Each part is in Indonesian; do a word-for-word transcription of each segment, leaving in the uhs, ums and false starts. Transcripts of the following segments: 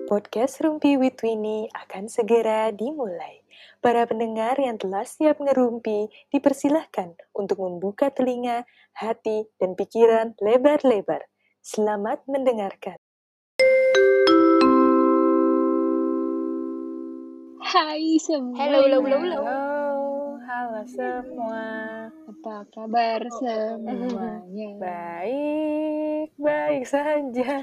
Podcast Rumpi with Winnie akan segera dimulai. Para pendengar yang telah siap ngerumpi, dipersilahkan untuk membuka telinga, hati, dan pikiran lebar-lebar. Selamat mendengarkan. Hai semua. Hello, hello, hello, hello. Halo, halo semua. Apa kabar semuanya? Baik, baik saja.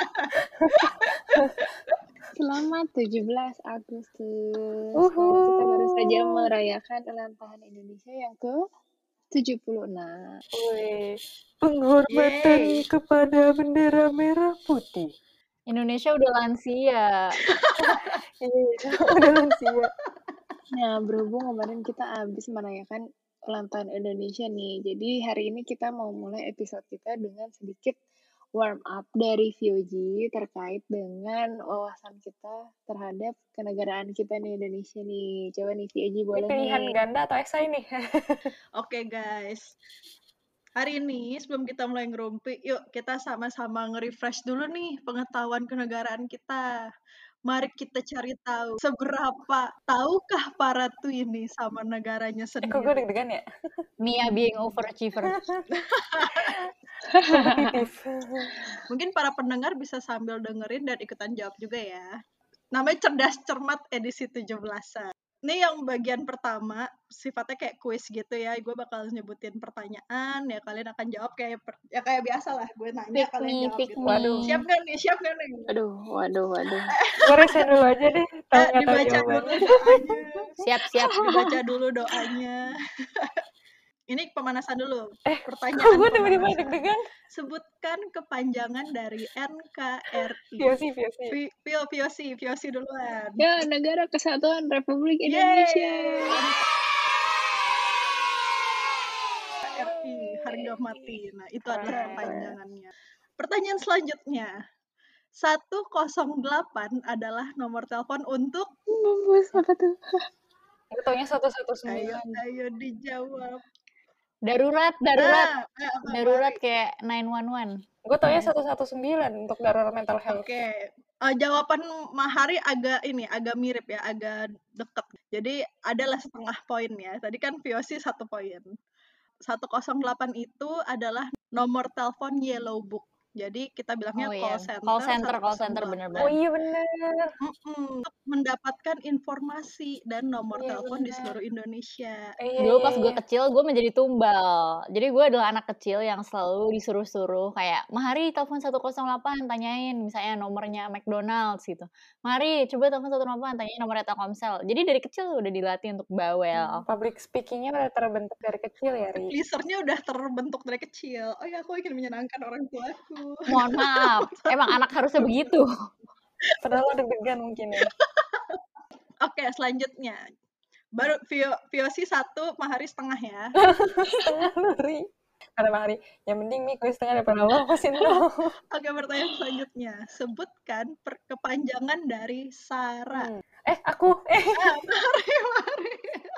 Selamat tujuh belas Agustus. Uhu. Kita baru saja merayakan ulang tahun Indonesia yang ke tujuh puluh enam. Wih, penghormatan Yeay. kepada bendera merah putih. Indonesia udah lansia. Iya, udah lansia. Nah, berhubung kemarin kita habis merayakan ulang tahun Indonesia nih. Jadi hari ini kita mau mulai episode kita dengan sedikit warm up dari V O G terkait dengan wawasan kita terhadap kenegaraan kita di Indonesia nih. Coba nih V O G Ini boleh pilihan nih. ganda atau esai nih? Oke guys, hari ini sebelum kita mulai ngerumpi, yuk kita sama-sama nge-refresh dulu nih pengetahuan kenegaraan kita. Mari kita cari tahu seberapa tahukah para Twinnie sama negaranya Eh, kok gue sendiri. deg-degan ya? Mia being overachiever. Kompetitif. Mungkin para pendengar bisa sambil dengerin dan ikutan jawab juga ya. Namanya cerdas cermat edisi tujuh belasan. Ini yang bagian pertama, sifatnya kayak kuis gitu ya. Gue bakal nyebutin pertanyaan, ya kalian akan jawab kayak per- ya kayak biasa lah. Gue nanya, Pick kalian me, jawab pick gitu. me. Waduh. Siap gak nih? Siap gak nih? Waduh, waduh, waduh. Gue resign dulu aja deh. Tahu Eh, nggak tahu dibaca dulu jawabannya. doanya. Siap, siap. Dibaca dulu doanya. Ini pemanasan dulu. Eh, kok Pertanyaan gue tiba-tiba pemanasan. deg-degan? Sebutkan kepanjangan dari N K R I. Viosi, Viosi. Vi- Vio, Viosi, Viosi duluan. Ya, Negara Kesatuan Republik Yeay. Indonesia. R I, harga mati. Nah, itu adalah Keren. kepanjangannya. Pertanyaan selanjutnya. seratus delapan adalah nomor telepon untuk Mampus, apa tuh? Gue taunya satu satu ayo sembilan. ayo dijawab. Darurat, darurat. Ah, eh, apa, Darurat Mari? kayak nine one one. Gue taunya satu satu sembilan untuk darurat mental health. Oke. Eh, jawaban Mahari agak ini agak mirip ya, agak deket. Jadi adalah setengah poin ya. Tadi kan Viosi satu poin. seratus delapan itu adalah nomor telepon Yellow Book. Jadi kita bilangnya Oh call iya. center. Call center, call seratus center delapan. bener-bener. Oh iya bener. Mm-mm. Untuk mendapatkan informasi dan nomor Iya, telepon di bener. seluruh Indonesia. Eh, iya, Dulu iya, pas gue iya. kecil, gue menjadi tumbal. Jadi gue adalah anak kecil yang selalu disuruh-suruh kayak, Mahari telepon seratus delapan, tanyain misalnya nomornya McDonald's gitu. Mahari coba telepon seratus delapan, tanyain nomornya Telkomsel. Jadi dari kecil udah dilatih untuk bawel. Public speaking-nya udah terbentuk dari kecil ya, Ri. Listernya udah terbentuk dari kecil. Oh ya, aku ingin menyenangkan orang tuaku. Mohon maaf, emang anak harusnya begitu. Padahal lo deg-degan mungkin ya. Oke, selanjutnya. Baru Vio, Viosi satu, Mahari setengah ya. Setengah lu, Ri. Kata Bang Hari, yang penting mie gue setengah daripada lo pasin lo. Oke, pertanyaan selanjutnya. Sebutkan per- kepanjangan dari Sarah. Hmm. Eh, aku. Eh. Ah, Mahari, Mahari.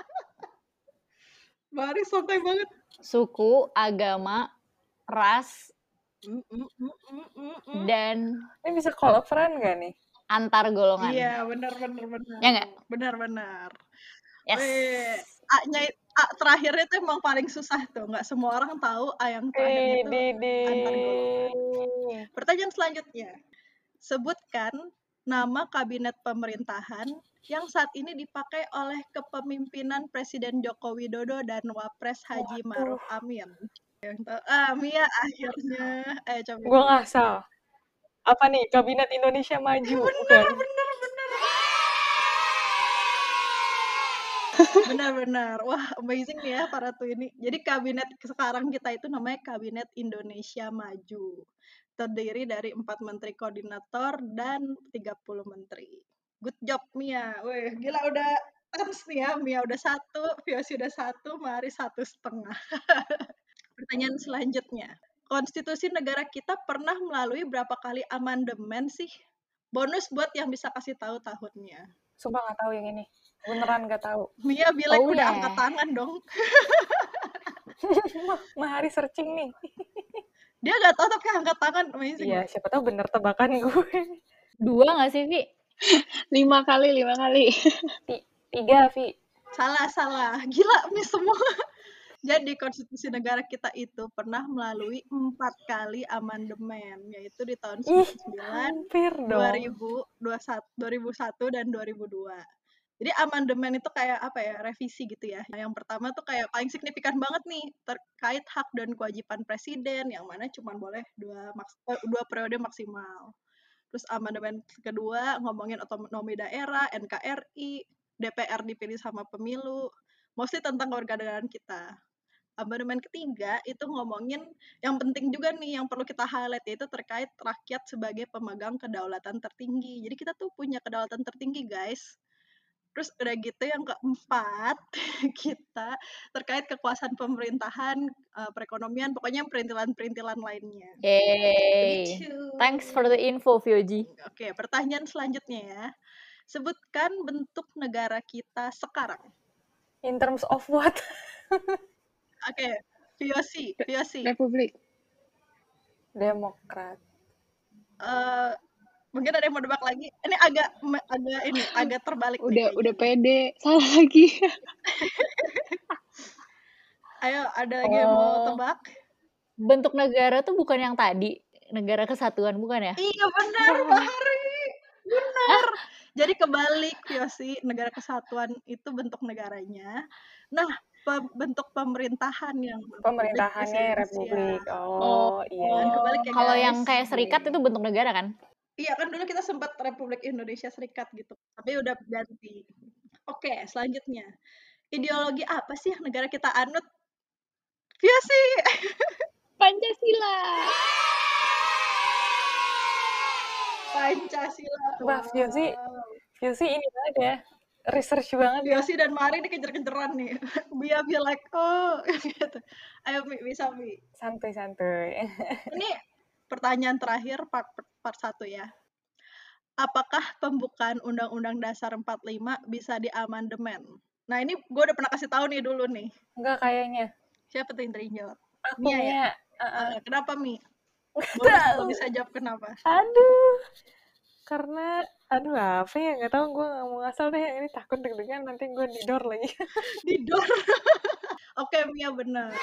Mahari santai banget. Suku, agama, ras, Mm, mm, mm, mm, mm, mm. dan Ini bisa collaboran gak nih? antar golongan. Iya, benar benar benar. Ya nggak? Benar benar. Yes. Weh, A-nya A terakhirnya itu emang paling susah tuh. Nggak semua orang tahu A yang terakhir Eh, itu Didi. antar golongan. Pertanyaan selanjutnya. Sebutkan nama kabinet pemerintahan yang saat ini dipakai oleh kepemimpinan Presiden Joko Widodo dan Wapres Haji Waduh. Maruf Amin. Yang tahu, ah, Mia akhirnya. Eh, coba. Gue ngasal. Apa nih? Kabinet Indonesia Maju. Bener, Bukan? bener, bener. Benar-benar. Wah, amazing nih ya para tuh ini. Jadi kabinet sekarang kita itu namanya Kabinet Indonesia Maju. Terdiri dari empat menteri koordinator dan tiga puluh menteri. Good job, Mia. Wih, gila udah terus nih ya. Mia udah satu, Viosi udah satu, Mari satu setengah. Pertanyaan selanjutnya. Konstitusi negara kita pernah melalui berapa kali amandemen sih? Bonus buat yang bisa kasih tahu tahunnya. Sumpah gak tahu yang ini. Beneran gak tahu. Mia bilang Oh, udah yeah. angkat tangan dong. Mahari searching nih. Dia gak tahu tapi angkat tangan. Amazing. Iya, siapa tahu bener tebakan gue. Dua nggak sih, Vi? Lima kali, lima kali. Ti- Tiga, Vi. Salah, salah. Gila, miss semua. Jadi konstitusi negara kita itu pernah melalui empat kali amandemen, yaitu di tahun Ih, sembilan puluh sembilan, hampir dua dong. ribu, dua ribu satu, dan dua ribu dua. Jadi amandemen itu kayak apa ya, revisi gitu ya. Yang pertama tuh kayak paling signifikan banget nih terkait hak dan kewajiban presiden, yang mana cuma boleh dua, maks eh, dua periode maksimal. Terus amandemen kedua ngomongin otonomi daerah, N K R I, D P R dipilih sama pemilu, mostly tentang kewarganegaraan kita. Amandemen ketiga itu ngomongin yang penting juga nih yang perlu kita highlight, yaitu terkait rakyat sebagai pemegang kedaulatan tertinggi. Jadi kita tuh punya kedaulatan tertinggi, guys. Terus udah gitu yang keempat, kita terkait kekuasaan pemerintahan, uh, perekonomian, pokoknya perintilan-perintilan lainnya. Yay. Begitu. Thanks for the info, Vioji. Oke, pertanyaan selanjutnya ya. Sebutkan bentuk negara kita sekarang. In terms of what? Oke, Viosi, Viosi. Republik. Demokrat. Uh, mungkin ada yang mau debak lagi. Ini agak agak ini agak terbalik. Udah nih, udah pede, salah lagi. Ayo, ada lagi yang mau tebak? Bentuk negara tuh bukan yang tadi, negara kesatuan bukan ya? Iya benar, Bahari. Benar. Jadi kebalik, Viosi, negara kesatuan itu bentuk negaranya. Nah, pe- bentuk pemerintahan yang Pemerintahannya republik. Oh, iya. Kebalik ya, Kalau guys. yang kayak serikat itu bentuk negara kan? Iya kan dulu kita sempat Republik Indonesia Serikat gitu, tapi udah ganti. Oke, selanjutnya. Ideologi apa sih yang negara kita anut? Viosi. Pancasila. Pancasila. Wah, Viosi, Viosi ini banget ya. Research banget ya. Viosi dan Mari ini kejar-kejaran nih. Bia be like, oh, gitu. Ayo, Mi, bisa, Mi. Santuy-santuy. Ini pertanyaan terakhir, part, part satu ya. Apakah pembukaan Undang-Undang Dasar empat puluh lima bisa diamandemen? Nah, ini gue udah pernah kasih tahu nih dulu nih. Enggak kayaknya. Siapa tuh yang tadi jawab? Aku Mia ya? Mia. Uh, Uh, kenapa, Mi? Nggak Boleh tahu. kalau bisa jawab kenapa? Aduh. Karena, aduh apa ya, nggak tahu, gue nggak mau ngasal deh. Ini takut deg-degan nanti gue didor lagi. Didor. Oke, Mia benar.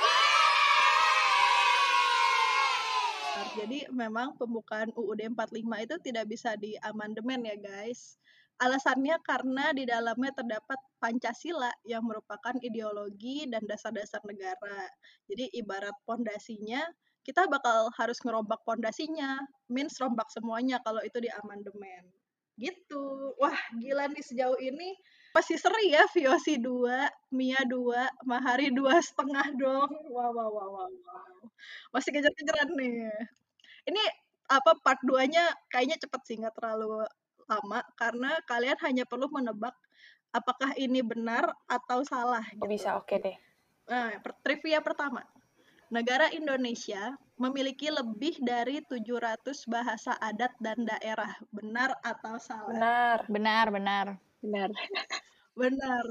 Jadi memang pembukaan U U D empat puluh lima itu tidak bisa diamandemen ya guys. Alasannya karena di dalamnya terdapat Pancasila yang merupakan ideologi dan dasar-dasar negara. Jadi ibarat pondasinya, kita bakal harus ngerombak pondasinya, means rombak semuanya kalau itu diamandemen. Gitu. Wah, gila nih sejauh ini masih seri ya, Viosi dua, Mia dua, Mahari dua setengah dong. Wow, wow, wow, wow, wow. Masih kejar-kejaran nih. Ini apa part dua-nya kayaknya cepet sih, nggak terlalu lama, karena kalian hanya perlu menebak apakah ini benar atau salah. Oh, gitu. bisa, oke deh. Nah, trivia pertama. Negara Indonesia memiliki lebih dari tujuh ratus bahasa adat dan daerah. Benar atau salah? Benar. Benar, benar. Benar. Benar.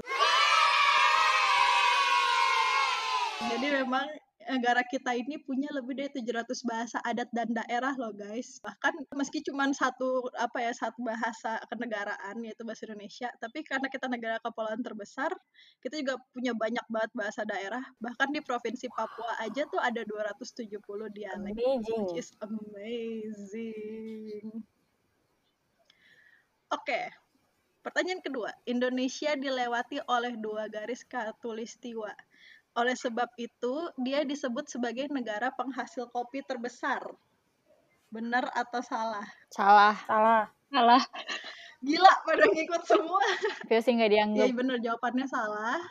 Jadi memang negara kita ini punya lebih dari tujuh ratus bahasa adat dan daerah loh guys. Bahkan meski cuma satu apa ya satu bahasa kenegaraan yaitu bahasa Indonesia, tapi karena kita negara kepulauan terbesar, kita juga punya banyak banget bahasa daerah. Bahkan di provinsi Papua aja tuh ada dua ratus tujuh puluh dialek. Amazing. Which is amazing. Oke. Okay. Pertanyaan kedua, Indonesia dilewati oleh dua garis khatulistiwa. Oleh sebab itu, dia disebut sebagai negara penghasil kopi terbesar. Benar atau salah? Salah. Salah. Salah. Gila, pada ngikut semua. Viosi nggak dianggap. Iya benar, jawabannya salah.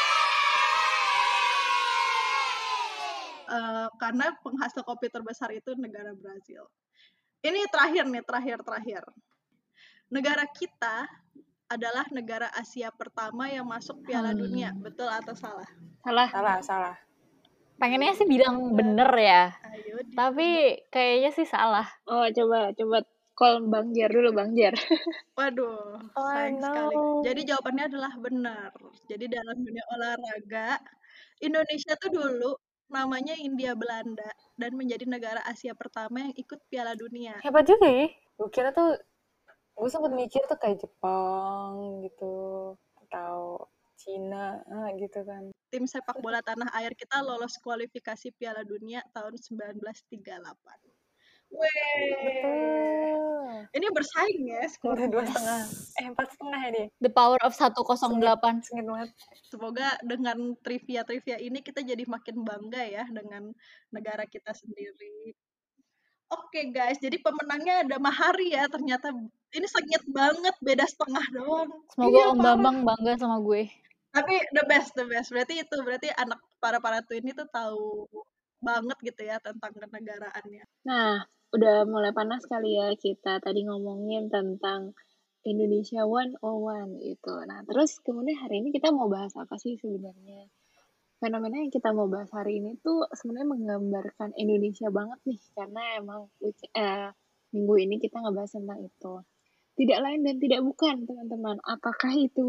Uh, karena penghasil kopi terbesar itu negara Brazil. Ini terakhir nih, terakhir-terakhir. Negara kita adalah negara Asia pertama yang masuk Piala hmm. Dunia. Betul atau salah? Salah. Salah, salah. Pengennya sih bilang bener ya. Ayo, tapi kayaknya sih salah. Oh, coba coba call Bang Jer dulu, Bang Jer. Waduh, oh, sayang no. sekali. Jadi jawabannya adalah benar. Jadi dalam dunia olahraga, Indonesia tuh dulu namanya Hindia Belanda dan menjadi negara Asia pertama yang ikut Piala Dunia. Hebat juga ya. Gue kira tuh Gue sempet mikir tuh kayak Jepang gitu atau Cina ah, gitu kan. Tim sepak bola tanah air kita lolos kualifikasi Piala Dunia tahun sembilan belas tiga puluh delapan. Weh, Betul. ini bersaing ya Udah skornya. dua setengah, eh empat setengah ya dia. The power of seratus delapan. Sengit banget. Semoga dengan trivia-trivia ini kita jadi makin bangga ya dengan negara kita sendiri. Oke guys, jadi pemenangnya ada Mahari ya ternyata. Ini sengit banget, beda setengah doang. Semoga Iya, Om parah. Bambang bangga sama gue. Tapi the best, the best. Berarti itu, berarti anak para-para tuh ini tuh tahu banget gitu ya tentang kenegaraannya. Nah, udah mulai panas kali ya kita tadi ngomongin tentang Indonesia one oh one itu. Nah, terus kemudian hari ini kita mau bahas apa sih sebenarnya? Fenomena yang kita mau bahas hari ini tuh sebenarnya menggambarkan Indonesia banget nih, karena emang eh, minggu ini kita ngebahas tentang itu. Tidak lain dan tidak bukan, teman-teman. Apakah itu?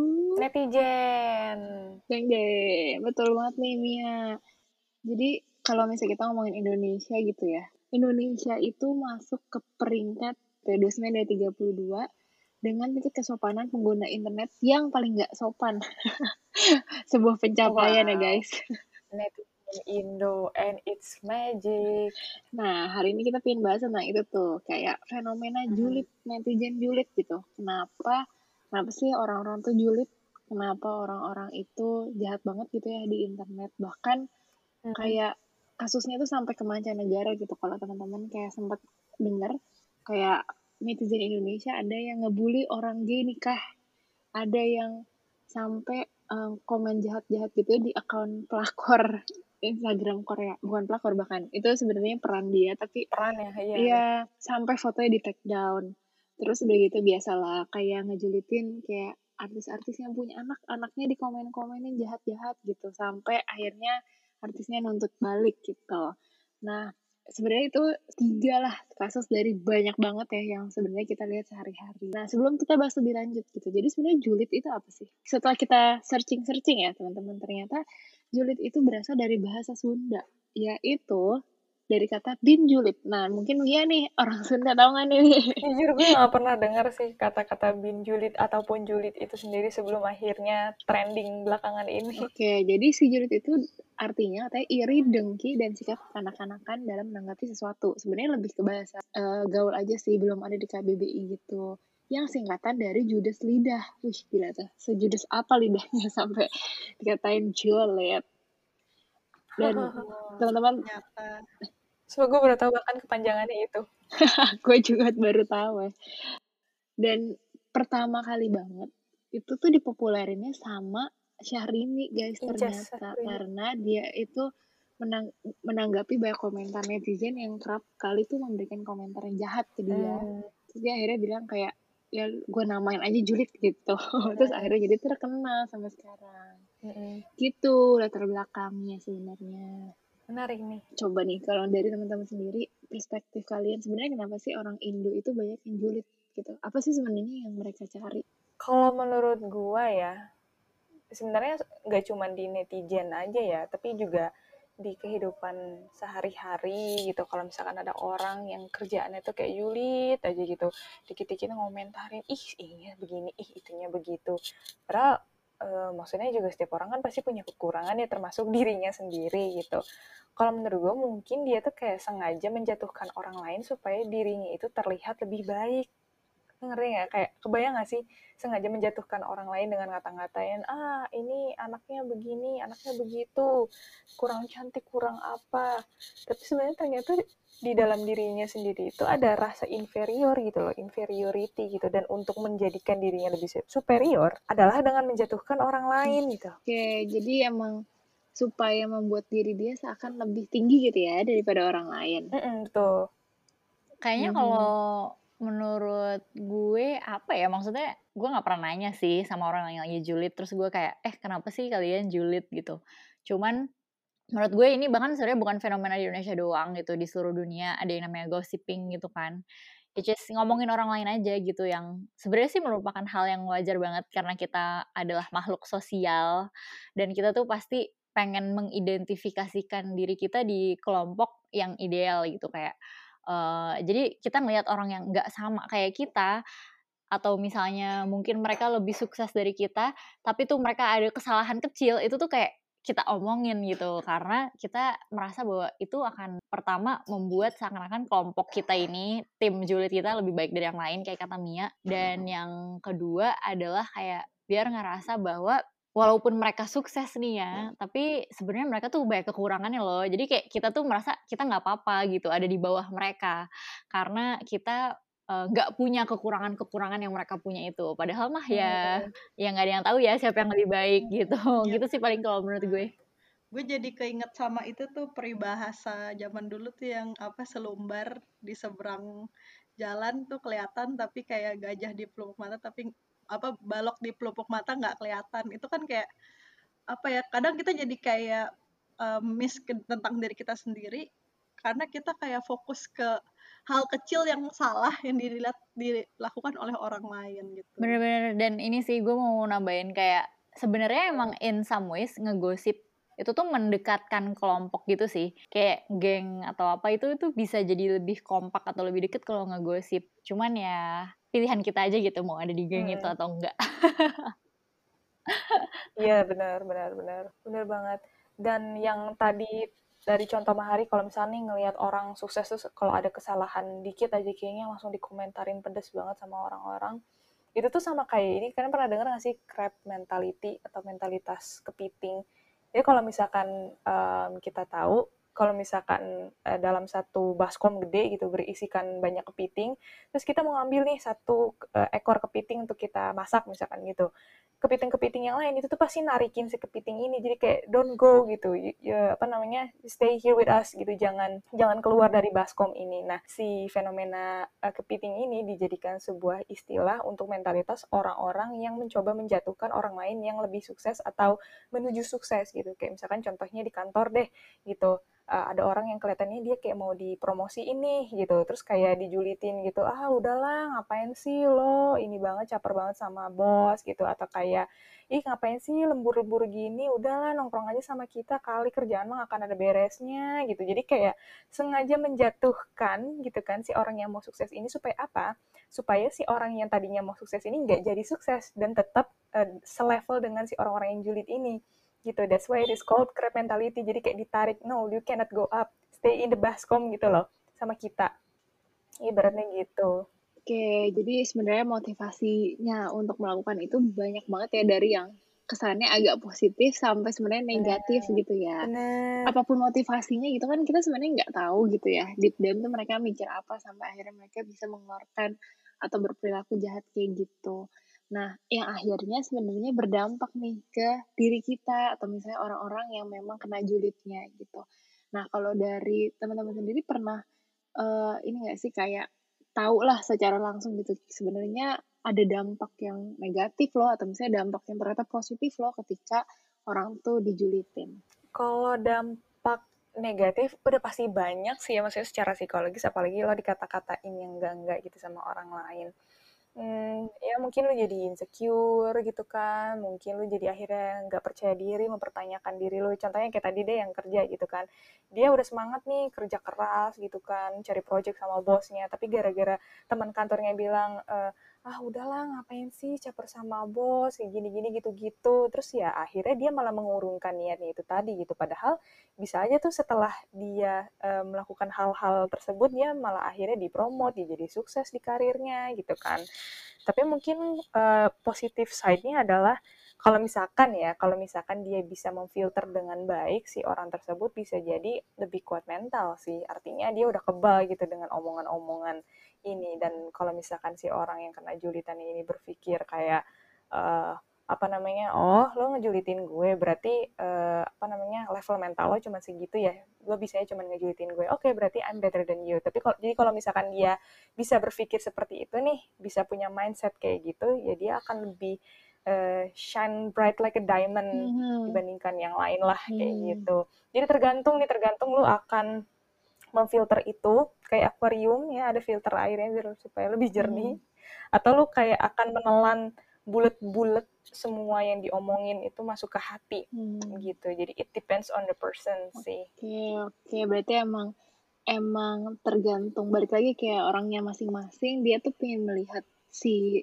Netizen. Jeng jeng, betul banget nih Mia. Jadi kalau misalnya kita ngomongin Indonesia gitu ya, Indonesia itu masuk ke peringkat Desember dua ribu tiga puluh dua dengan tingkat kesopanan pengguna internet yang paling nggak sopan. Sebuah pencapaian wow. ya guys. Netizen Indo and its magic. Nah, hari ini kita pengen bahas tentang itu tuh, kayak fenomena julid, hmm. netizen julid gitu. Kenapa? Kenapa sih orang-orang tuh julid? Kenapa orang-orang itu jahat banget gitu ya di internet? Bahkan hmm. kayak kasusnya tuh sampai ke mancanegara gitu. Kalau teman-teman kayak sempat dengar, kayak netizen Indonesia ada yang ngebully orang gay nikah, ada yang sampai um, komen jahat-jahat gitu di akun pelakor Instagram Korea, bukan pelakor bahkan, itu sebenarnya peran dia, tapi peran ya, iya. Iya, sampai fotonya di take down. Terus udah gitu biasalah kayak ngejulitin kayak artis-artis yang punya anak, anaknya di komen-komenin jahat-jahat gitu, sampai akhirnya artisnya nuntut balik gitu. Nah, sebenarnya itu tiga lah kasus dari banyak banget ya yang sebenarnya kita lihat sehari-hari. Nah, sebelum kita bahas lebih lanjut gitu, jadi sebenarnya julid itu apa sih? Setelah kita searching-searching ya teman-teman, ternyata julid itu berasal dari bahasa Sunda, yaitu dari kata bin julid. Nah, mungkin Mia nih orang Sunda tahu nggak nih? Jujur gue nggak pernah dengar sih kata-kata bin julid ataupun julid itu sendiri sebelum akhirnya trending belakangan ini. Oke, jadi si julid itu artinya katanya iri, dengki, dan sikap kanak-kanakan dalam menanggapi sesuatu. Sebenarnya lebih ke bahasa uh, gaul aja sih, belum ada di K B B I gitu. Yang singkatan dari judes lidah. Wih, gila tuh. Sejudes apa lidahnya sampai dikatain julid. Dan teman-teman, so gue baru tahu bahkan kepanjangannya itu. Gue juga baru tahu ya. Dan pertama kali banget itu tuh dipopulerinnya sama Syahrini guys ternyata, karena dia itu menang- menanggapi banyak komentar netizen yang kerap kali tuh memberikan komentar yang jahat ke dia. Hmm. Terus dia akhirnya bilang kayak, ya gue namain aja julid gitu. Hmm. Terus akhirnya jadi terkenal sampai sekarang. Hmm. Gitu latar belakangnya sebenarnya. Menarik nih. Coba nih kalau dari teman-teman sendiri, perspektif kalian sebenarnya kenapa sih orang Indo itu banyak yang julid gitu? Apa sih sebenarnya yang mereka cari? Kalau menurut gua ya, sebenarnya nggak cuma di netizen aja ya, tapi juga di kehidupan sehari-hari gitu. Kalau misalkan ada orang yang kerjaannya tuh kayak julid aja gitu, dikit-dikit ngomentarin, ih ininya begini, ih itunya begitu. Padahal e, maksudnya juga setiap orang kan pasti punya kekurangan ya, termasuk dirinya sendiri gitu. Kalau menurut gue mungkin dia tuh kayak sengaja menjatuhkan orang lain supaya dirinya itu terlihat lebih baik. Ngerti nggak? Kayak kebayang nggak sih sengaja menjatuhkan orang lain dengan ngata-ngatain, ah ini anaknya begini, anaknya begitu, kurang cantik, kurang apa. Tapi sebenarnya ternyata di dalam dirinya sendiri itu ada rasa inferior gitu loh, inferiority gitu. Dan untuk menjadikan dirinya lebih superior adalah dengan menjatuhkan orang lain gitu. Oke, jadi emang supaya membuat diri dia seakan lebih tinggi gitu ya daripada orang lain. Mm-mm, betul. Kayaknya mm-hmm. kalau menurut gue apa ya, maksudnya gue nggak pernah nanya sih sama orang yang lagi julid terus gue kayak eh kenapa sih kalian julid gitu. Cuman menurut gue ini bahkan sebenarnya bukan fenomena di Indonesia doang gitu, di seluruh dunia ada yang namanya gossiping gitu kan. It's just ngomongin orang lain aja gitu, yang sebenarnya sih merupakan hal yang wajar banget karena kita adalah makhluk sosial dan kita tuh pasti pengen mengidentifikasikan diri kita di kelompok yang ideal gitu, kayak uh, jadi kita ngelihat orang yang nggak sama kayak kita atau misalnya mungkin mereka lebih sukses dari kita, tapi tuh mereka ada kesalahan kecil, itu tuh kayak kita omongin gitu. Karena kita merasa bahwa itu akan pertama membuat seakan-akan kelompok kita ini, tim julid kita lebih baik dari yang lain kayak kata Mia. Dan yang kedua adalah kayak biar ngerasa bahwa walaupun mereka sukses nih ya, tapi sebenarnya mereka tuh banyak kekurangannya loh. Jadi kayak kita tuh merasa kita nggak apa-apa gitu, ada di bawah mereka. Karena kita nggak uh, punya kekurangan-kekurangan yang mereka punya itu. Padahal mah ya, hmm. ya nggak ada yang tahu ya siapa yang lebih baik gitu. Ya. Gitu sih paling kalau menurut gue. Gue jadi keinget sama itu tuh peribahasa zaman dulu tuh yang apa selumbar di seberang jalan tuh kelihatan tapi kayak gajah di pelupuk mata tapi apa balok di pelupuk mata nggak kelihatan. Itu kan kayak apa ya? Kadang kita jadi kayak um, miss ke, tentang diri kita sendiri karena kita kayak fokus ke hal kecil yang salah yang dilihat dilakukan oleh orang lain gitu. Bener-bener, dan ini sih gue mau nambahin kayak sebenarnya emang in some ways ngegosip itu tuh mendekatkan kelompok gitu sih, kayak geng atau apa itu itu bisa jadi lebih kompak atau lebih deket kalau ngegosip. Cuman ya pilihan kita aja gitu mau ada di geng hmm. itu atau enggak. Iya benar benar benar benar banget. Dan yang tadi dari contoh Mahari, kalau misalnya nih ngelihat orang sukses tuh kalau ada kesalahan dikit aja kayaknya langsung dikomentarin pedes banget sama orang-orang. Itu tuh sama kayak ini, kalian pernah dengar nggak sih crab mentality atau mentalitas kepiting? Jadi kalau misalkan um, kita tahu kalau misalkan uh, dalam satu baskom gede gitu berisikan banyak kepiting, terus kita mau ngambil nih satu uh, ekor kepiting untuk kita masak misalkan gitu. Kepiting-kepiting yang lain itu tuh pasti narikin si kepiting ini, jadi kayak don't go gitu, ya apa namanya, stay here with us gitu, jangan jangan keluar dari baskom ini. Nah, si fenomena uh, kepiting ini dijadikan sebuah istilah untuk mentalitas orang-orang yang mencoba menjatuhkan orang lain yang lebih sukses atau menuju sukses gitu. Kayak misalkan contohnya di kantor deh gitu. Uh, ada orang yang kelihatannya dia kayak mau dipromosi ini gitu, terus kayak dijulitin gitu, ah udahlah ngapain sih lo ini banget caper banget sama bos gitu, atau kayak ih ngapain sih lembur-lembur gini, udahlah nongkrong aja sama kita kali kerjaan mah akan ada beresnya gitu. Jadi kayak sengaja menjatuhkan gitu kan si orang yang mau sukses ini supaya apa? Supaya si orang yang tadinya mau sukses ini nggak jadi sukses dan tetap uh, selevel dengan si orang-orang yang julid ini. Gitu, that's why it is called crab mentality. Jadi kayak ditarik, no, you cannot go up, stay in the baskom gitu loh, sama kita. Ibaratnya gitu. Oke, jadi sebenarnya motivasinya untuk melakukan itu banyak banget ya, dari yang kesannya agak positif sampai sebenarnya negatif bener, gitu ya. Bener. Apapun motivasinya gitu kan kita sebenarnya nggak tahu gitu ya. Deep down tuh mereka mikir apa sampai akhirnya mereka bisa mengeluarkan atau berperilaku jahat kayak gitu. Nah, yang akhirnya sebenarnya berdampak nih ke diri kita atau misalnya orang-orang yang memang kena julidnya gitu. Nah, kalau dari teman-teman sendiri pernah uh, ini nggak sih kayak tahu lah secara langsung gitu sebenarnya ada dampak yang negatif loh atau misalnya dampak yang ternyata positif loh ketika orang tuh dijulitin? Kalau dampak negatif udah pasti banyak sih ya, maksudnya secara psikologis, apalagi lo dikata-katain yang enggak-enggak gitu sama orang lain. Hmm, ya mungkin lu jadi insecure gitu kan, mungkin lu jadi akhirnya nggak percaya diri, mempertanyakan diri lu. Contohnya kayak tadi deh yang kerja gitu kan, dia udah semangat nih kerja keras gitu kan, cari project sama bosnya, tapi gara-gara teman kantornya bilang, e, ah udahlah ngapain sih caper sama bos, kayak gini-gini gitu-gitu, terus ya akhirnya dia malah mengurungkan niatnya itu tadi gitu. Padahal bisa aja tuh setelah dia e, melakukan hal-hal tersebut, dia malah akhirnya dipromot, dia jadi sukses di karirnya gitu kan. Tapi mungkin uh, positif side-nya adalah kalau misalkan ya, kalau misalkan dia bisa memfilter dengan baik, si orang tersebut bisa jadi lebih kuat mental sih. Artinya dia udah kebal gitu dengan omongan-omongan ini. Dan kalau misalkan si orang yang kena julitan ini berpikir kayak uh, apa namanya, oh lo ngejulitin gue, berarti uh, apa namanya level mental lo cuma segitu ya, lo bisanya cuma ngejulitin gue, oke okay, berarti I'm better than you. Tapi kalau jadi kalau misalkan dia bisa berpikir seperti itu nih, bisa punya mindset kayak gitu, ya dia akan lebih uh, shine bright like a diamond mm-hmm. dibandingkan yang lain lah kayak mm. gitu. Jadi tergantung nih, tergantung lo akan memfilter itu kayak akuarium ya, ada filter airnya biar supaya lebih jernih, mm. atau lo kayak akan menelan bulet-bulet semua yang diomongin itu masuk ke hati hmm. gitu. Jadi it depends on the person sih. Oke, okay, oke. Okay. Berarti emang emang tergantung, balik lagi kayak orangnya masing-masing, dia tuh pengen melihat si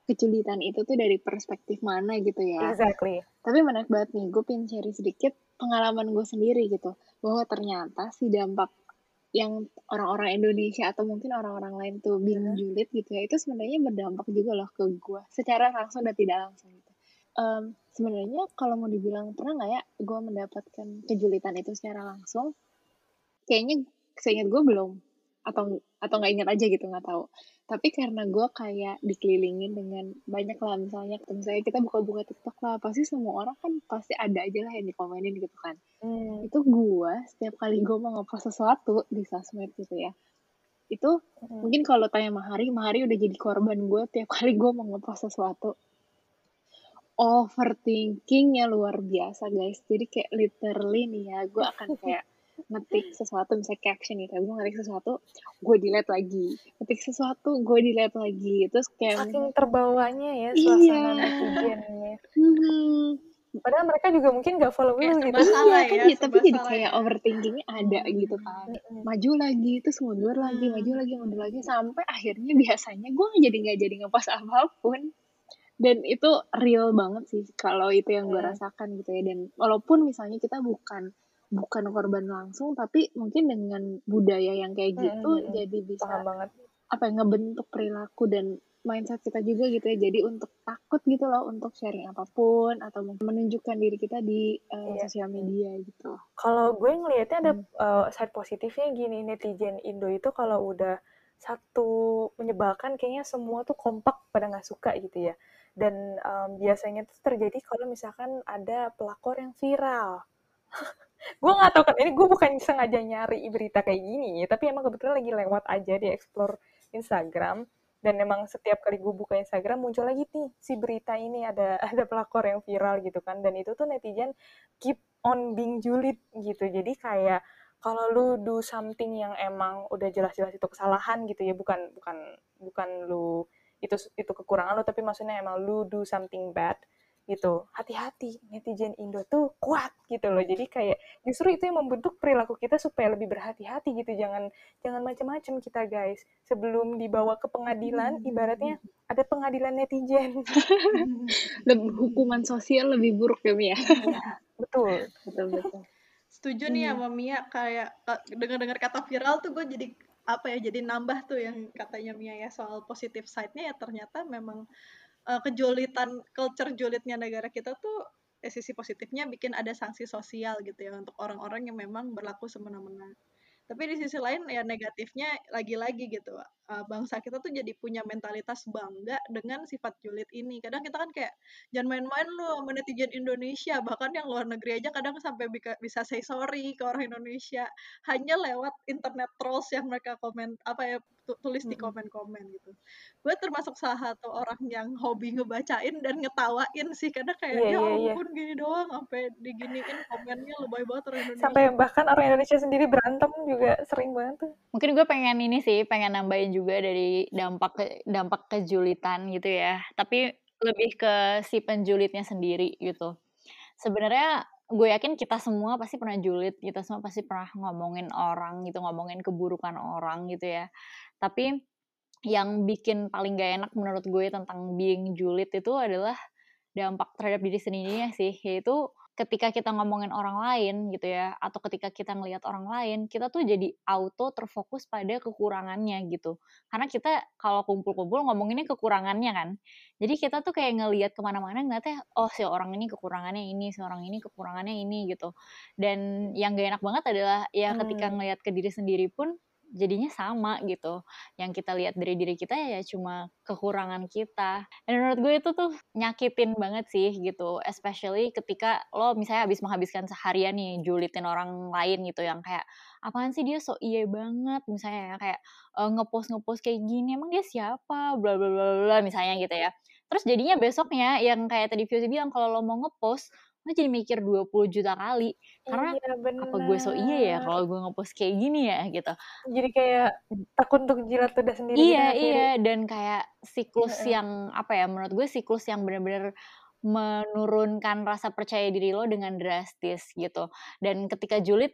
kejulitan itu tuh dari perspektif mana gitu ya. Exactly. Tapi menarik banget nih, gue pengen share sedikit pengalaman gue sendiri gitu, bahwa ternyata si dampak yang orang-orang Indonesia atau mungkin orang-orang lain tuh being julid gitu ya, itu sebenarnya berdampak juga loh ke gue secara langsung dan tidak langsung gitu. Um, sebenarnya kalau mau dibilang pernah nggak ya gue mendapatkan kejulitan itu secara langsung, kayaknya seingat gue belum, atau atau nggak ingat aja gitu, nggak tahu. Tapi karena gue kayak dikelilingin dengan banyak lah, misalnya misalnya kita buka-buka TikTok lah, pasti semua orang kan pasti ada aja lah yang dikomenin gitu kan. Hmm. Itu gue setiap kali gue mau ngepost sesuatu di sosmed gitu ya, itu hmm. mungkin kalau tanya Mahari, Mahari udah jadi korban gue tiap kali gue mau ngepost sesuatu. Overthinkingnya luar biasa guys, jadi kayak literally nih ya, gue akan kayak ngetik sesuatu, misalnya caption gitu, gue ngetik sesuatu, gue delete lagi, ngetik sesuatu, gue delete lagi, terus kayak saking terbawanya ya suasana iya. netizennya. Hmm. Padahal mereka juga mungkin gak follow lu gitu. Iya kan, ya, tapi jadi kayak ya. Overthinkingnya ada hmm. gitu kan, hmm. maju lagi, terus mundur hmm. lagi, maju lagi, mundur lagi, sampai akhirnya biasanya gue jadi gak jadi ngepost apapun. Dan itu real banget sih kalau itu yang gue hmm. rasakan gitu ya. Dan walaupun misalnya kita bukan bukan korban langsung, tapi mungkin dengan budaya yang kayak gitu hmm. jadi bisa banget. apa ya, ngebentuk perilaku dan mindset kita juga gitu ya. Jadi untuk takut gitu loh untuk sharing apapun atau menunjukkan diri kita di uh, iya. sosial media gitu. Kalau gue ngelihatnya ada hmm. uh, side positifnya gini, netizen Indo itu kalau udah satu menyebalkan kayaknya semua tuh kompak pada nggak suka gitu ya. Dan um, biasanya tuh terjadi kalau misalkan ada pelakor yang viral. Gue nggak tahu kan, ini gue bukan sengaja nyari berita kayak gini, tapi emang kebetulan lagi lewat aja di explore Instagram, dan emang setiap kali gue buka Instagram muncul lagi nih si berita ini, ada ada pelakor yang viral gitu kan, dan itu tuh netizen keep on being julid gitu. Jadi kayak kalau lu do something yang emang udah jelas-jelas itu kesalahan gitu ya, bukan bukan bukan lu itu itu kekurangan lu, tapi maksudnya emang lu do something bad gitu, hati-hati, netizen Indo tuh kuat gitu loh. Jadi kayak justru itu yang membentuk perilaku kita supaya lebih berhati-hati gitu. Jangan jangan macam-macam kita guys. Sebelum dibawa ke pengadilan, ibaratnya ada pengadilan netizen. Lebih hukuman sosial lebih buruk ya Mia. Iya, betul. Betul betul. Setuju hmm. nih sama Mia, kayak dengar-dengar kata viral tuh gue jadi apa ya, jadi nambah tuh yang katanya Mia ya soal positif side-nya ya, ternyata memang Uh, kejulitan, culture julidnya negara kita tuh eh, sisi positifnya bikin ada sanksi sosial gitu ya untuk orang-orang yang memang berlaku semena-mena. Tapi di sisi lain ya negatifnya lagi-lagi gitu, uh, bangsa kita tuh jadi punya mentalitas bangga dengan sifat julid ini. Kadang kita kan kayak jangan main-main lu sama netizen Indonesia, bahkan yang luar negeri aja kadang sampai bisa say sorry ke orang Indonesia hanya lewat internet trolls yang mereka komen apa ya, tulis di komen-komen gitu. Gue termasuk salah satu orang yang hobi ngebacain dan ngetawain sih, karena kayak yeah, ya yeah, ampun yeah. gini doang sampai diginiin komennya lebay banget orang Indonesia. Sampai bahkan orang Indonesia sendiri berantem juga sering banget tuh. Mungkin gue pengen ini sih, pengen nambahin juga dari dampak ke, dampak kejulitan gitu ya. Tapi lebih ke si penjulitnya sendiri gitu. Sebenarnya gue yakin kita semua pasti pernah julid, kita semua pasti pernah ngomongin orang gitu, ngomongin keburukan orang gitu ya. Tapi yang bikin paling gak enak menurut gue tentang being julid itu adalah dampak terhadap diri sendirinya sih, yaitu ketika kita ngomongin orang lain gitu ya, atau ketika kita ngelihat orang lain, kita tuh jadi auto terfokus pada kekurangannya gitu. Karena kita kalau kumpul-kumpul ngomonginnya kekurangannya kan. Jadi kita tuh kayak ngelihat kemana-mana ngeliatnya, oh si orang ini kekurangannya ini, si orang ini kekurangannya ini gitu. Dan yang gak enak banget adalah ya ketika ngelihat ke diri sendiri pun jadinya sama gitu. Yang kita lihat dari diri kita ya cuma kekurangan kita. Dan menurut gue itu tuh nyakitin banget sih gitu. Especially ketika lo misalnya habis menghabiskan seharian nih julidin orang lain gitu, yang kayak apaan sih dia so iye banget misalnya ya, kayak uh, ngepost-ngepost kayak gini, emang dia siapa, bla bla bla bla misalnya gitu ya. Terus jadinya besoknya yang kayak tadi Fiozi bilang, kalau lo mau ngepost lo jadi mikir dua puluh juta kali, karena iya, apa gue so iya ya kalau gue ngepost kayak gini ya gitu. Jadi kayak takut untuk jilat ludah sendiri. Iya gitu, iya sendiri. Dan kayak siklus uh-uh. yang apa ya, menurut gue siklus yang benar-benar menurunkan rasa percaya diri lo dengan drastis gitu. Dan ketika julid tuh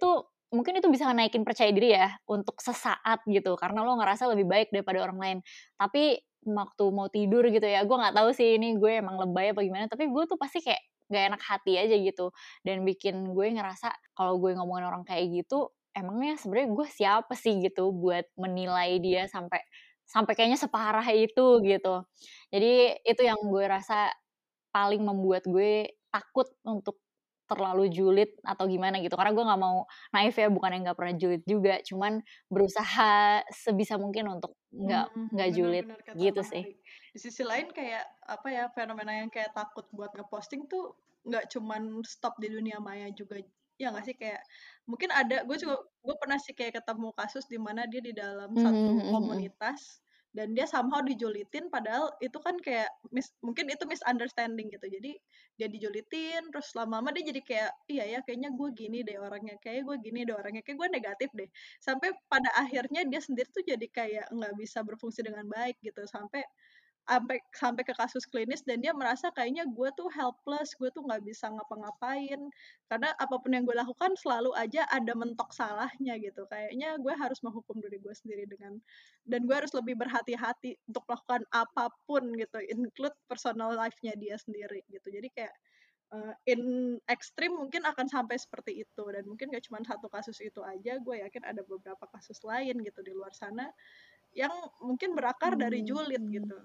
mungkin itu bisa naikin percaya diri ya untuk sesaat gitu karena lo ngerasa lebih baik daripada orang lain. Tapi waktu mau tidur gitu ya, gue nggak tahu sih ini gue emang lebay apa gimana, tapi gue tuh pasti kayak nggak enak hati aja gitu dan bikin gue ngerasa kalau gue ngomongin orang kayak gitu emangnya sebenarnya gue siapa sih gitu buat menilai dia sampai sampai kayaknya separah itu gitu. Jadi itu yang gue rasa paling membuat gue takut untuk terlalu julid atau gimana gitu. Karena gue nggak mau naif ya, bukan yang nggak pernah julid juga, cuman berusaha sebisa mungkin untuk nggak Hmm, nggak julid benar-benar kata gitu sih. Mahari. Di sisi lain kayak apa ya, fenomena yang kayak takut buat ngeposting tuh nggak cuman stop di dunia maya juga, ya nggak sih? Kayak mungkin ada, gue juga gue pernah sih kayak ketemu kasus di mana dia di dalam Mhm satu mhm mhm. komunitas dan dia somehow dijulitin padahal itu kan kayak mis, mungkin itu misunderstanding gitu. Jadi dia dijulitin terus lama-lama dia jadi kayak iya ya kayaknya gue gini deh orangnya, kayak gue gini deh orangnya, kayak gue negatif deh. Sampai pada akhirnya dia sendiri tuh jadi kayak nggak bisa berfungsi dengan baik gitu sampai sampai sampai ke kasus klinis dan dia merasa kayaknya gue tuh helpless, gue tuh nggak bisa ngapa-ngapain karena apapun yang gue lakukan selalu aja ada mentok salahnya gitu. Kayaknya gue harus menghukum diri gue sendiri dengan dan gue harus lebih berhati-hati untuk melakukan apapun gitu, include personal life-nya dia sendiri gitu. Jadi kayak uh, in ekstrim mungkin akan sampai seperti itu dan mungkin gak cuma satu kasus itu aja, gue yakin ada beberapa kasus lain gitu di luar sana yang mungkin berakar dari Hmm, julid hmm. gitu.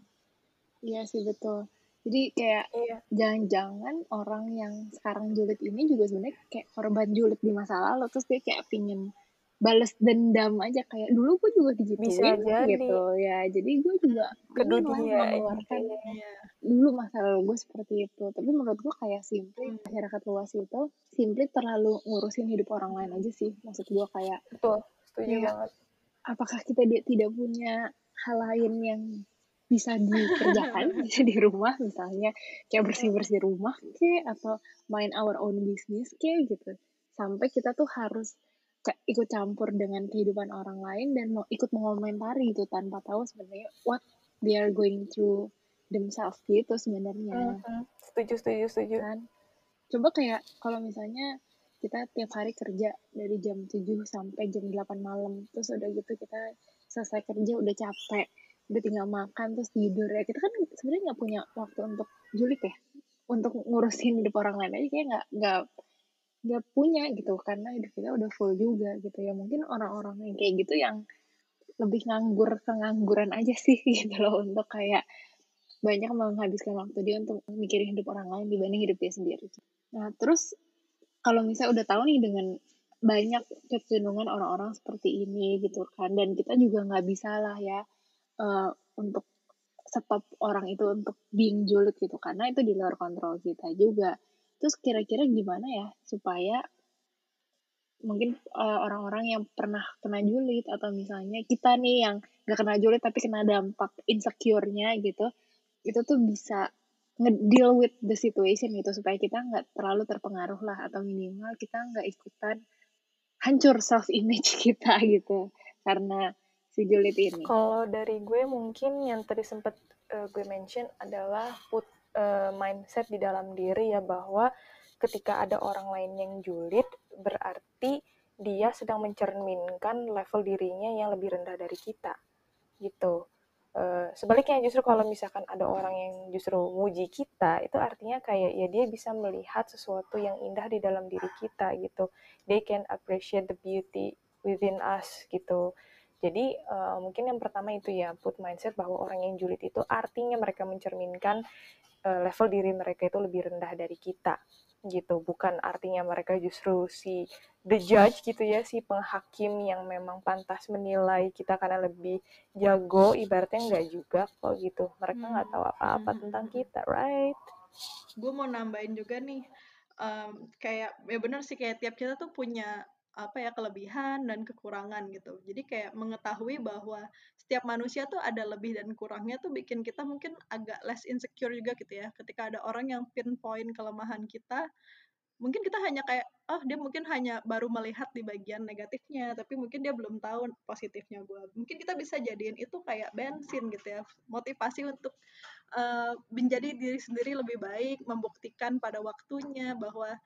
Iya sih betul. Jadi kayak Iya. jangan-jangan orang yang sekarang julid ini juga sebenarnya kayak korban julid di masa lalu terus dia kayak pingin bales dendam aja kayak dulu gue juga Bisa digituin jadi gitu ya. Jadi gue juga ke ingin lah dunia mengeluarkan gitu. Iya. dulu masa lalu gue seperti itu. Tapi menurut gue kayak simply Hmm. masyarakat luas itu simply terlalu ngurusin hidup orang lain aja sih. Maksud gue kayak Betul, setuju kayak banget. apakah kita di- tidak punya hal lain yang bisa dikerjakan bisa di rumah misalnya kayak bersih-bersih rumah ke atau main our own business ke gitu sampai kita tuh harus ca- ikut campur dengan kehidupan orang lain dan mau ikut mengomentari itu tanpa tahu sebenarnya what they are going through themselves gitu sebenarnya Mhm. Setuju, setuju, setuju. kan coba kayak kalau misalnya kita tiap hari kerja dari jam tujuh sampai jam delapan malam terus udah gitu kita selesai kerja udah capek udah tinggal makan terus tidur ya kita kan sebenarnya nggak punya waktu untuk julid ya untuk ngurusin hidup orang lain aja kayak nggak nggak nggak punya gitu karena hidup kita udah full juga gitu ya mungkin orang-orang yang kayak gitu yang lebih nganggur pengangguran aja sih gitu loh untuk kayak banyak menghabiskan waktu dia untuk mikirin hidup orang lain dibanding hidup dia sendiri. Nah terus kalau misalnya udah tahu nih dengan banyak kecenderungan orang-orang seperti ini gitu kan dan kita juga nggak bisa lah ya uh, untuk stop orang itu untuk being julid gitu karena itu di luar kontrol kita juga terus kira-kira gimana ya supaya mungkin uh, orang-orang yang pernah kena julid atau misalnya kita nih yang gak kena julid tapi kena dampak insecure-nya gitu itu tuh bisa nge-deal with the situation gitu supaya kita nggak terlalu terpengaruh lah atau minimal kita nggak ikutan hancur self image kita gitu karena si julid ini. Kalau dari gue mungkin yang tadi sempat uh, gue mention adalah put uh, mindset di dalam diri ya bahwa ketika ada orang lain yang julid berarti dia sedang mencerminkan level dirinya yang lebih rendah dari kita gitu. Uh, sebaliknya justru kalau misalkan ada orang yang justru muji kita itu artinya kayak ya dia bisa melihat sesuatu yang indah di dalam diri kita gitu. They can appreciate the beauty within us gitu. Jadi uh, mungkin yang pertama itu ya put mindset bahwa orang yang julid itu artinya mereka mencerminkan uh, level diri mereka itu lebih rendah dari kita gitu, bukan artinya mereka justru si the judge gitu ya, si penghakim yang memang pantas menilai kita karena lebih jago, ibaratnya enggak juga kok gitu, mereka nggak tahu apa-apa tentang kita, right? Gue mau nambahin juga nih, um, kayak ya benar sih kayak tiap kita tuh punya apa ya kelebihan dan kekurangan gitu. Jadi kayak mengetahui bahwa setiap manusia tuh ada lebih dan kurangnya tuh bikin kita mungkin agak less insecure juga gitu ya. Ketika ada orang yang pinpoint kelemahan kita, mungkin kita hanya kayak oh dia mungkin hanya baru melihat di bagian negatifnya tapi mungkin dia belum tahu positifnya gue. Mungkin kita bisa jadiin itu kayak bensin gitu ya, motivasi untuk uh, menjadi diri sendiri lebih baik, membuktikan pada waktunya bahwa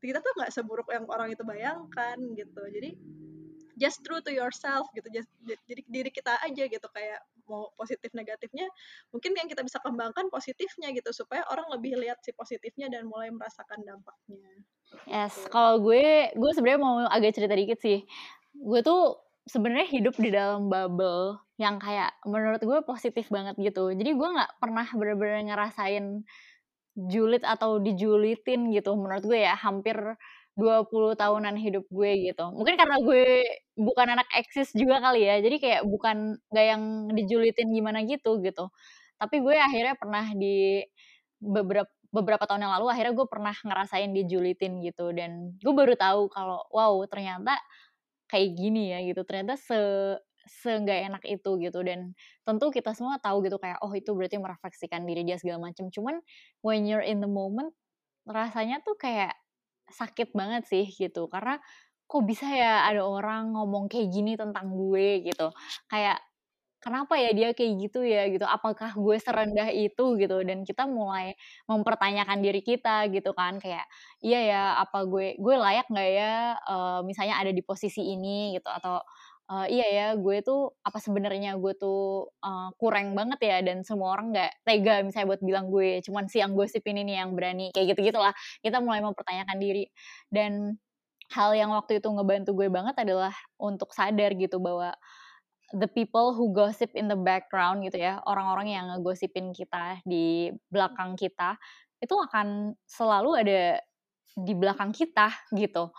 kita tuh nggak seburuk yang orang itu bayangkan gitu. Jadi just true to yourself gitu, just, jadi diri kita aja gitu, kayak mau positif negatifnya mungkin yang kita bisa kembangkan positifnya gitu, supaya orang lebih lihat si positifnya dan mulai merasakan dampaknya. Yes, Gitu. kalau gue gue sebenarnya mau agak cerita dikit sih. Gue tuh sebenarnya hidup di dalam bubble yang kayak menurut gue positif banget gitu. Jadi gue nggak pernah bener-bener ngerasain julid atau dijulitin gitu menurut gue ya, hampir dua puluh tahunan hidup gue gitu. Mungkin karena gue bukan anak eksis juga kali ya, jadi kayak bukan nggak yang dijulitin gimana gitu gitu. Tapi gue akhirnya pernah di beberapa beberapa tahun yang lalu akhirnya gue pernah ngerasain dijulitin gitu, dan gue baru tahu kalau wow ternyata kayak gini ya gitu, ternyata se se-nggak enak itu gitu. Dan tentu kita semua tahu gitu kayak oh itu berarti merefleksikan diri dia segala macam. Cuman when you're in the moment rasanya tuh kayak sakit banget sih gitu, karena kok bisa ya ada orang ngomong kayak gini tentang gue gitu, kayak kenapa ya dia kayak gitu ya gitu, apakah gue serendah itu gitu, dan kita mulai mempertanyakan diri kita gitu kan, kayak iya ya apa gue gue layak nggak ya uh, misalnya ada di posisi ini gitu, atau uh, iya ya gue tuh apa sebenarnya gue tuh uh, kurang banget ya, dan semua orang nggak tega misalnya buat bilang gue cuman si yang gosipin ini yang berani kayak gitu gitulah. Kita mulai mempertanyakan diri, dan hal yang waktu itu ngebantu gue banget adalah untuk sadar gitu bahwa the people who gossip in the background gitu ya, orang-orang yang ngegosipin kita di belakang kita, itu akan selalu ada di belakang kita gitu.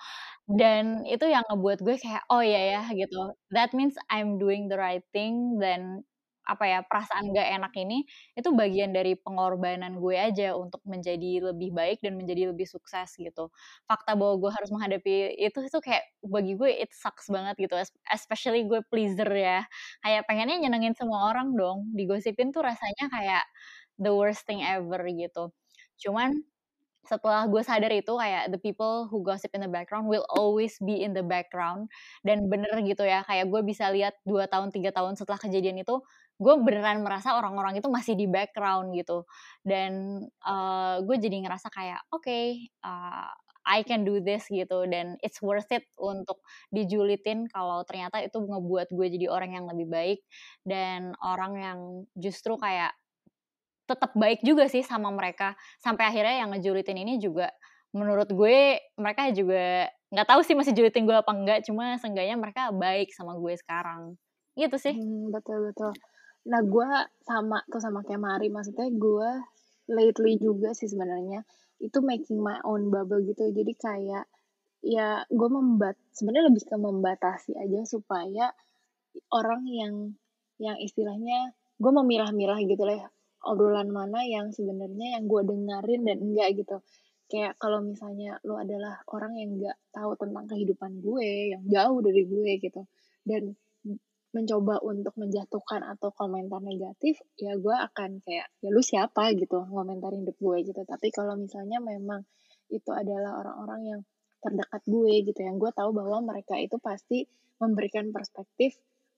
Dan itu yang ngebuat gue kayak, oh iya ya gitu, that means I'm doing the right thing, dan apa ya, perasaan gak enak ini, itu bagian dari pengorbanan gue aja untuk menjadi lebih baik dan menjadi lebih sukses gitu. Fakta bahwa gue harus menghadapi itu, itu kayak bagi gue it sucks banget gitu, especially gue pleaser ya. Kayak pengennya nyenengin semua orang dong, digosipin tuh rasanya kayak the worst thing ever gitu. Cuman setelah gue sadar itu kayak the people who gossip in the background will always be in the background, dan bener gitu ya, kayak gue bisa lihat dua tahun, tiga tahun setelah kejadian itu, gue beneran merasa orang-orang itu masih di background gitu. Dan uh, gue jadi ngerasa kayak oke, okay, uh, I can do this gitu, dan it's worth it untuk dijulitin kalau ternyata itu ngebuat gue jadi orang yang lebih baik, dan orang yang justru kayak tetap baik juga sih sama mereka, sampai akhirnya yang ngejulitin ini juga menurut gue mereka juga nggak tahu sih masih julitin gue apa enggak, cuma seenggaknya mereka baik sama gue sekarang gitu sih. Hmm, betul betul. Nah gue sama tuh sama kayak Mari, maksudnya gue lately juga sih sebenarnya itu making my own bubble gitu. Jadi kayak ya gue membat sebenarnya lebih ke membatasi aja supaya orang yang yang istilahnya gue memilah-milah gitu lah ya, obrolan mana yang sebenarnya yang gue dengerin dan enggak gitu. Kayak kalau misalnya lo adalah orang yang enggak tahu tentang kehidupan gue, yang jauh dari gue gitu, dan mencoba untuk menjatuhkan atau komentar negatif, ya gue akan kayak, ya lu siapa gitu ngomentarin hidup gue gitu. Tapi kalau misalnya memang itu adalah orang-orang yang terdekat gue gitu, yang gue tahu bahwa mereka itu pasti memberikan perspektif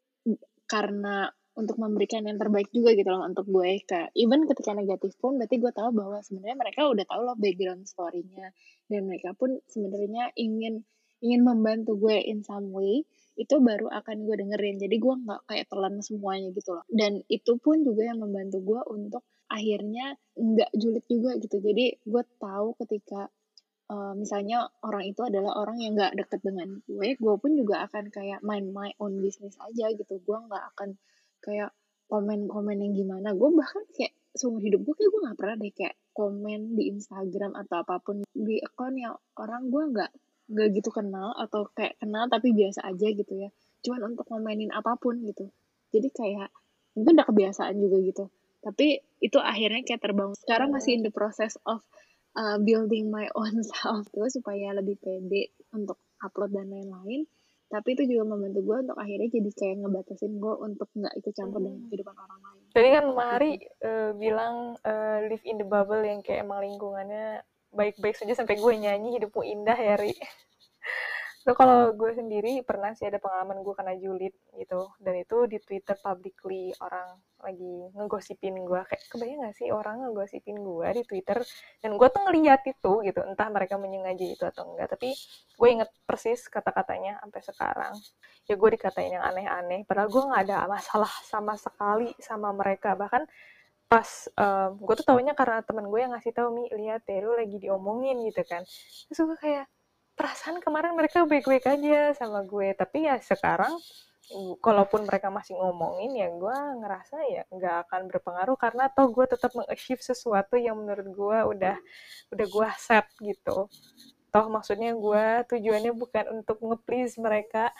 karena untuk memberikan yang terbaik juga gitu loh untuk gue, kayak even ketika negatif pun berarti gue tahu bahwa sebenarnya mereka udah tahu loh background story-nya, dan mereka pun sebenarnya ingin ingin membantu gue in some way, itu baru akan gue dengerin. Jadi gue nggak kayak telan semuanya gitu loh, dan itu pun juga yang membantu gue untuk akhirnya nggak julid juga gitu. Jadi gue tahu ketika Uh, misalnya orang itu adalah orang yang gak deket dengan gue, gue pun juga akan kayak mind my own business aja gitu. Gue gak akan kayak komen-komen yang gimana. Gue bahkan kayak seumur hidup gue kayak gue gak pernah deh kayak komen di Instagram atau apapun di account yang orang gue gak, gak gitu kenal, atau kayak kenal tapi biasa aja gitu ya. Cuman untuk komenin apapun gitu. Jadi kayak mungkin udah kebiasaan juga gitu. Tapi itu akhirnya kayak terbangun. Sekarang masih in the process of Uh, building my own self tuh supaya lebih pede untuk upload dan lain-lain. Tapi itu juga membantu gue untuk akhirnya jadi kayak ngebatasin gue untuk nggak ikut campur hmm. dengan kehidupan orang lain. Jadi kan Mari gitu. uh, bilang uh, live in the bubble yang kayak emang lingkungannya baik-baik saja sampai gue nyanyi hidupmu indah ya Ri. So, kalau gue sendiri pernah sih ada pengalaman gue kena julid gitu, dan itu di Twitter publicly, orang lagi ngegosipin gue, kayak kebayang gak sih orang ngegosipin gue di Twitter, dan gue tuh ngeliat itu gitu, entah mereka menyengaja itu atau enggak, tapi gue inget persis kata-katanya sampai sekarang. Ya gue dikatain yang aneh-aneh, padahal gue nggak ada masalah sama sekali sama mereka. Bahkan pas um, gue tuh taunya karena teman gue yang ngasih tahu, Mi, lihat deh lu lagi diomongin gitu kan. Terus gue kayak, perasaan kemarin mereka baik-baik aja sama gue, tapi ya sekarang kalaupun mereka masih ngomongin, ya gue ngerasa ya nggak akan berpengaruh, karena toh gue tetap meng-achieve sesuatu yang menurut gue udah udah gue set gitu. Toh maksudnya gue tujuannya bukan untuk nge-please mereka,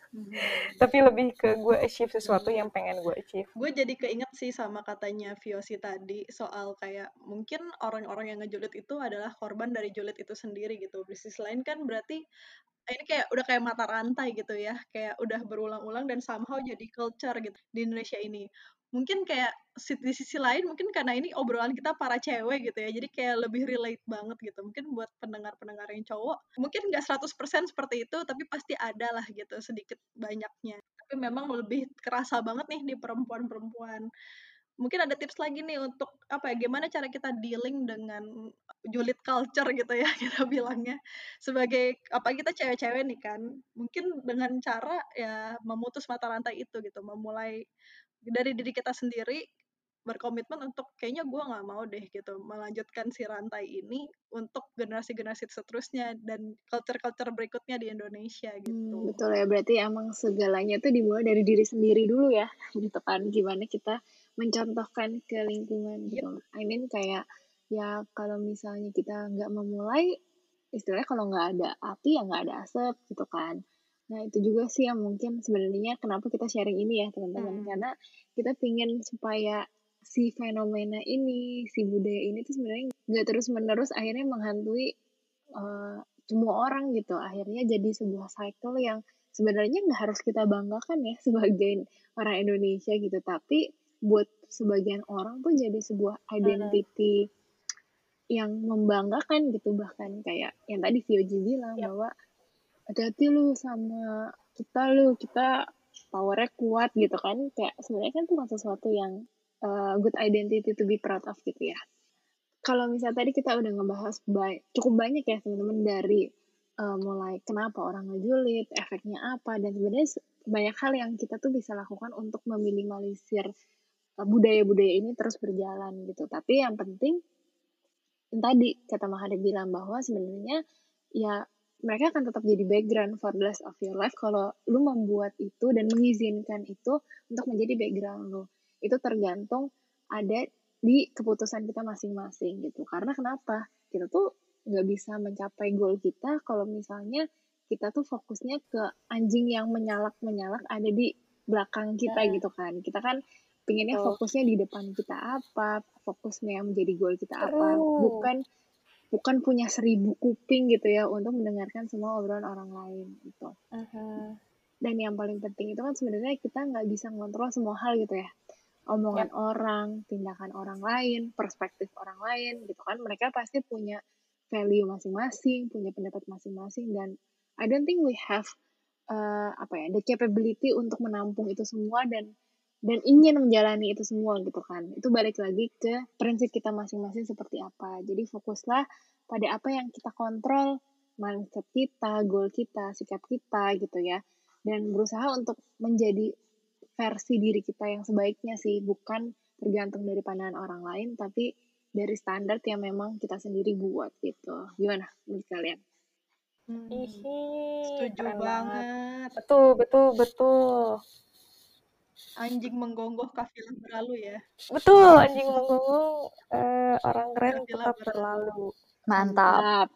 Mhm. tapi lebih ke gue achieve sesuatu yang pengen gue achieve. Gue jadi keinget sih sama katanya Viosi tadi soal kayak mungkin orang-orang yang ngejulit itu adalah korban dari julid itu sendiri gitu. Di sisi lain kan berarti ini kayak udah kayak mata rantai gitu ya, kayak udah berulang-ulang dan somehow jadi culture gitu di Indonesia ini. Mungkin kayak di sisi lain mungkin karena ini obrolan kita para cewek gitu ya, jadi kayak lebih relate banget gitu. Mungkin buat pendengar-pendengar yang cowok, mungkin nggak seratus persen seperti itu, tapi pasti ada lah gitu, sedikit banyaknya. Tapi memang lebih kerasa banget nih di perempuan-perempuan. Mungkin ada tips lagi nih untuk apa ya, gimana cara kita dealing dengan julid culture gitu ya kita bilangnya, sebagai apa kita cewek-cewek nih kan, mungkin dengan cara ya memutus mata rantai itu gitu, memulai dari diri kita sendiri, berkomitmen untuk kayaknya gue nggak mau deh gitu melanjutkan si rantai ini untuk generasi-generasi seterusnya dan culture-culture berikutnya di Indonesia gitu. Hmm, betul ya, berarti emang segalanya tuh dimulai dari diri sendiri dulu ya, gitu kan, gimana kita mencontohkan ke lingkungan gitu. Yep. I mean kayak ya kalau misalnya kita nggak memulai, istilahnya kalau nggak ada api ya nggak ada asap gitu kan. Nah itu juga sih yang mungkin sebenarnya kenapa kita sharing ini ya teman-teman, Hmm. karena kita pingin supaya si fenomena ini, si budaya ini tuh sebenarnya nggak terus-menerus akhirnya menghantui uh, semua orang gitu. Akhirnya jadi sebuah cycle yang sebenarnya nggak harus kita banggakan ya sebagai orang Indonesia gitu, tapi buat sebagian orang tuh jadi sebuah identity yang membanggakan gitu. Bahkan kayak yang tadi Vioji bilang Yep. bahwa hati-hati lu sama kita, lu kita powernya kuat gitu kan, kayak sebenarnya kan bukan sesuatu yang uh, good identity to be proud of gitu ya. Kalau misalnya tadi kita udah ngebahas ba- cukup banyak ya teman-teman, dari uh, mulai kenapa orang ngejulit, efeknya apa, dan sebenarnya banyak hal yang kita tuh bisa lakukan untuk meminimalisir uh, budaya-budaya ini terus berjalan gitu. Tapi yang penting yang tadi kata Mahade bilang bahwa sebenarnya ya mereka akan tetap jadi background for the rest of your life kalau lu membuat itu dan mengizinkan itu untuk menjadi background lu. Itu tergantung ada di keputusan kita masing-masing gitu. Karena kenapa? Kita tuh nggak bisa mencapai goal kita kalau misalnya kita tuh fokusnya ke anjing yang menyalak-menyalak ada di belakang kita gitu kan. Kita kan pinginnya fokusnya di depan kita apa, fokusnya yang menjadi goal kita apa, bukan bukan punya seribu kuping gitu ya untuk mendengarkan semua obrolan orang lain gitu. Uh-huh. Dan yang paling penting itu kan sebenarnya kita nggak bisa ngontrol semua hal gitu ya, omongan yep. orang, tindakan orang lain, perspektif orang lain gitu kan. Mereka pasti punya value masing-masing, punya pendapat masing-masing, dan I don't think we have uh, apa ya the capability untuk menampung itu semua dan dan ingin menjalani itu semua gitu kan. Itu balik lagi ke prinsip kita masing-masing seperti apa. Jadi fokuslah pada apa yang kita kontrol, mindset kita, goal kita, sikap kita gitu ya. Dan berusaha untuk menjadi versi diri kita yang sebaiknya sih, bukan tergantung dari pandangan orang lain, tapi dari standar yang memang kita sendiri buat gitu. Gimana menurut kalian? Hmm. Ihi, setuju banget. banget. Betul, betul, betul. Anjing menggonggong kafilah berlalu ya. Betul, anjing menggonggong uh, orang keren tetap berlalu. Mantap.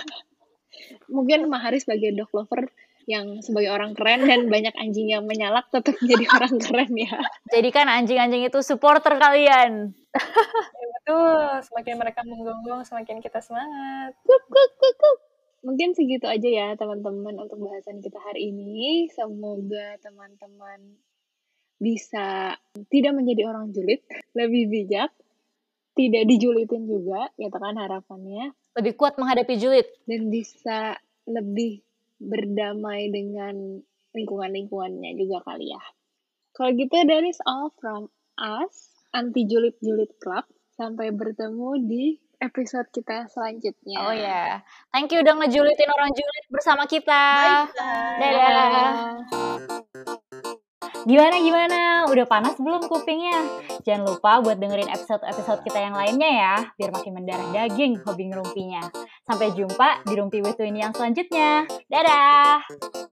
Mungkin Mahari sebagai dog lover yang sebagai orang keren dan banyak anjing yang menyalak tetap jadi orang keren ya. Jadi kan anjing-anjing itu supporter kalian. Ya, betul, semakin mereka menggonggong semakin kita semangat. Kuk, kuk, kuk, kuk. Mungkin segitu aja ya teman-teman untuk bahasan kita hari ini. Semoga teman-teman bisa tidak menjadi orang julid, lebih bijak, tidak dijulitin juga, ya kan harapannya. Lebih kuat menghadapi julid. Dan bisa lebih berdamai dengan lingkungan-lingkungannya juga kali ya. Kalau gitu, that is all from us, Anti Julid-Julid Club. Sampai bertemu di episode kita selanjutnya. Oh ya, thank you udah ngejulitin orang julid bersama kita. Bye-bye. Dadah. Dadah. Gimana gimana? Udah panas belum kupingnya? Jangan lupa buat dengerin episode-episode kita yang lainnya ya, biar makin mendarah daging hobi ngerumpinya. Sampai jumpa di Rumpi with Winnie yang selanjutnya. Dadah.